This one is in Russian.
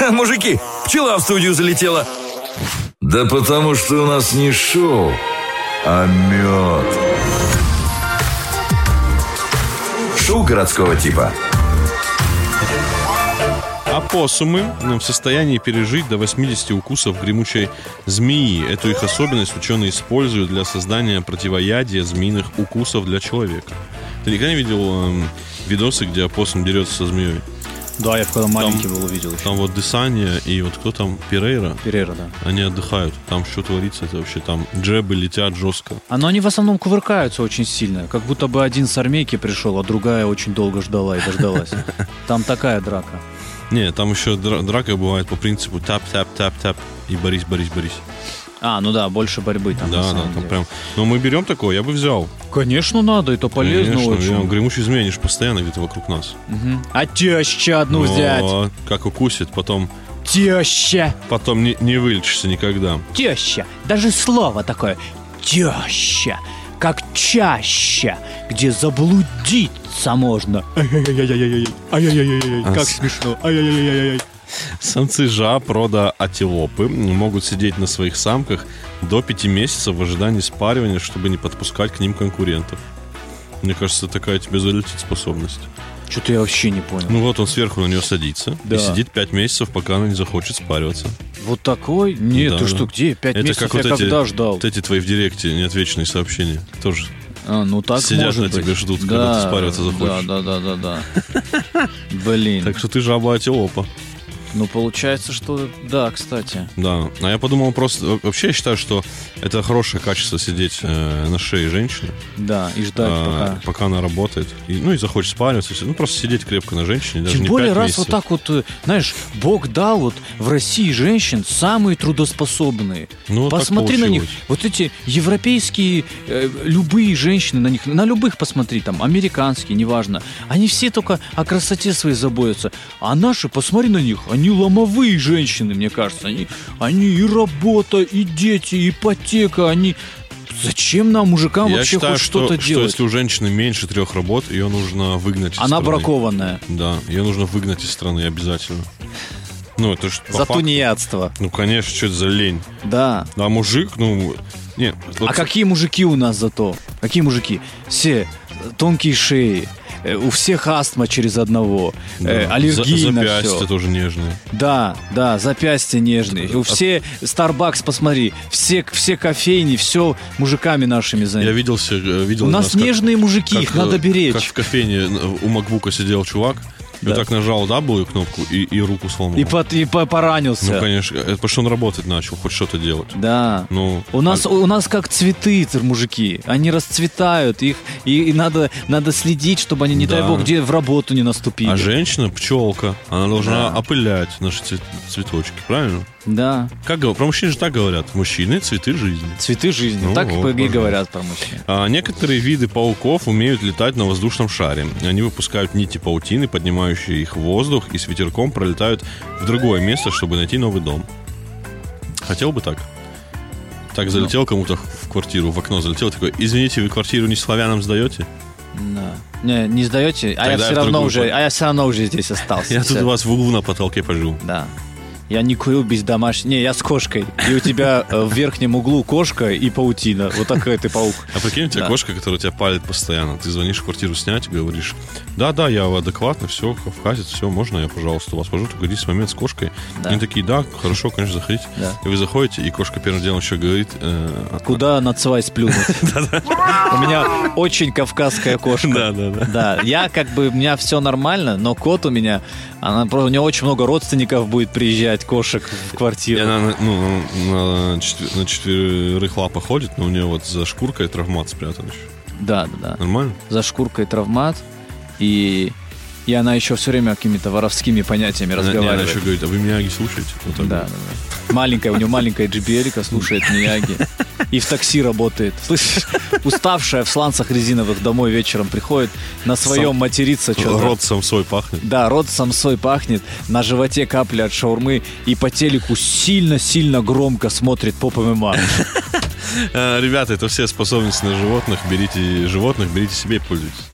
Мужики, пчела в студию залетела. Да потому что у нас не шоу, а мед. Шоу городского типа. Опоссумы в состоянии пережить до 80 укусов гремучей змеи. Эту их особенность ученые используют для создания противоядия змеиных укусов для человека. Ты никогда не видел видосы, где опоссум дерется со змеей? Да, я когда маленький был, увидел еще. Там вот Десания и вот кто там, Перейра, да. они отдыхают. Там что творится, это вообще там джебы летят жестко. Но они в основном кувыркаются очень сильно. Как будто бы один с армейки пришел, а другая очень долго ждала и дождалась. Там такая драка. Не, там еще драка бывает по принципу тап-тап-тап-тап и борись. Ну да, больше борьбы там. Да, там прям. Но мы берем такое, я бы взял. Конечно, надо, это полезно. Конечно, очень. Гремучие змеи, они же постоянно где-то вокруг нас. Угу. А теща одну взять. Как укусит, потом... Теща. Потом не вылечишься никогда. Теща. Даже слово такое. Теща. Как чаще, где заблудиться можно. Ай-яй-яй-яй-яй. Как смешно. Ай-яй-яй-яй-яй. Самцы жаб рода атилопы могут сидеть на своих самках до 5 месяцев в ожидании спаривания, чтобы не подпускать к ним конкурентов. Мне кажется, такая тебе залетит способность. Что-то я вообще не понял. Ну вот он сверху на нее садится и сидит 5 месяцев, пока она не захочет спариваться. Вот такой? Нет, да, ты что, где? 5 месяцев как я вот когда ждал? Вот эти твои в директе неотвеченные сообщения тоже. Так сидят может на быть. тебе, ждут, когда ты спариваться захочешь. Да. Блин. Так что ты жаба атилопа. Получается, что да, кстати. Да, а я подумал просто... Вообще я считаю, что это хорошее качество сидеть на шее женщины. Да, и ждать пока она работает. И захочет спариваться. Просто сидеть крепко на женщине, даже Тем не более, 5 раз месяцев. вот так вот, знаешь, Бог дал вот в России женщин самые трудоспособные. Посмотри на них. Вот эти европейские, любые женщины на них, на любых посмотри, там, американские, неважно. Они все только о красоте своей заботятся. А наши, посмотри на них, они ломовые женщины, мне кажется. Они и работа, и дети, и ипотека, они... Зачем нам, мужикам, вообще хоть что-то делать? Что если у женщины меньше 3 работ, ее нужно выгнать из страны. Она бракованная. Да, ее нужно выгнать из страны обязательно. Это ж за тунеядство. Конечно, что это за лень. Да. А мужик, какие мужики у нас зато? Какие мужики? Все тонкие шеи. У всех астма через одного, аллергии на все. Запястья тоже нежные. Да, запястья нежные. У все Starbucks, посмотри, все кофейни, все мужиками нашими заняты. Я видел у нас нежные мужики, их надо беречь. Как в кофейне у MacBook'а сидел чувак, и так нажал W кнопку и руку сломал. И поранился. Конечно, это потому что он работать начал, хоть что-то делать. Да. У нас как цветы, мужики. Они расцветают, их и надо следить, чтобы они, не дай бог, где в работу не наступили. А женщина пчелка, она должна опылять наши цветочки, правильно? Да. Про мужчин же так говорят. Мужчины — цветы жизни. Цветы жизни. Так и говорят про мужчин. Некоторые виды пауков умеют летать на воздушном шаре. Они выпускают нити паутины, поднимающие их в воздух, и с ветерком пролетают в другое место, чтобы найти новый дом. Хотел бы так. Так залетел кому-то в квартиру, в окно залетел, такой: извините, вы квартиру не славянам сдаете? Да. Не сдаете? А я все равно уже здесь остался. Я тут у вас в углу на потолке пожил. Да. Я не курил без домашней... Не, я с кошкой. И у тебя в верхнем углу кошка и паутина. Вот такой ты паук. А прикинь, у тебя кошка, которая тебя палит постоянно. Ты звонишь в квартиру снять и говоришь: да, я адекватно, все, вкатит, все, можно я, пожалуйста, у вас пожу. Только здесь момент с кошкой. Да. Они такие: да, хорошо, конечно, заходите. Да. И вы заходите, и кошка первым делом еще говорит: куда нацвай сплюнуть? У меня очень кавказская кошка. Да. Я у меня все нормально, но кот у меня... У него очень много родственников будет приезжать, кошек в квартиру. И она на 4 лапах ходит, но у нее вот за шкуркой травмат спрятан еще. Да. Нормально? За шкуркой травмат, и она еще все время какими-то воровскими понятиями разговаривает. Она еще говорит: а вы Мияги слушаете? Вот да. У нее маленькая JBL-ка, слушает Мияги. И в такси работает. Слышишь, уставшая в сланцах резиновых домой вечером приходит, на своем матерится что-то. Рот самсой пахнет. Да, рот самсой пахнет, на животе капли от шаурмы, и по телеку сильно-сильно громко смотрит Поп ММА. Ребята, это все способности на животных. Берите себе и пользуйтесь.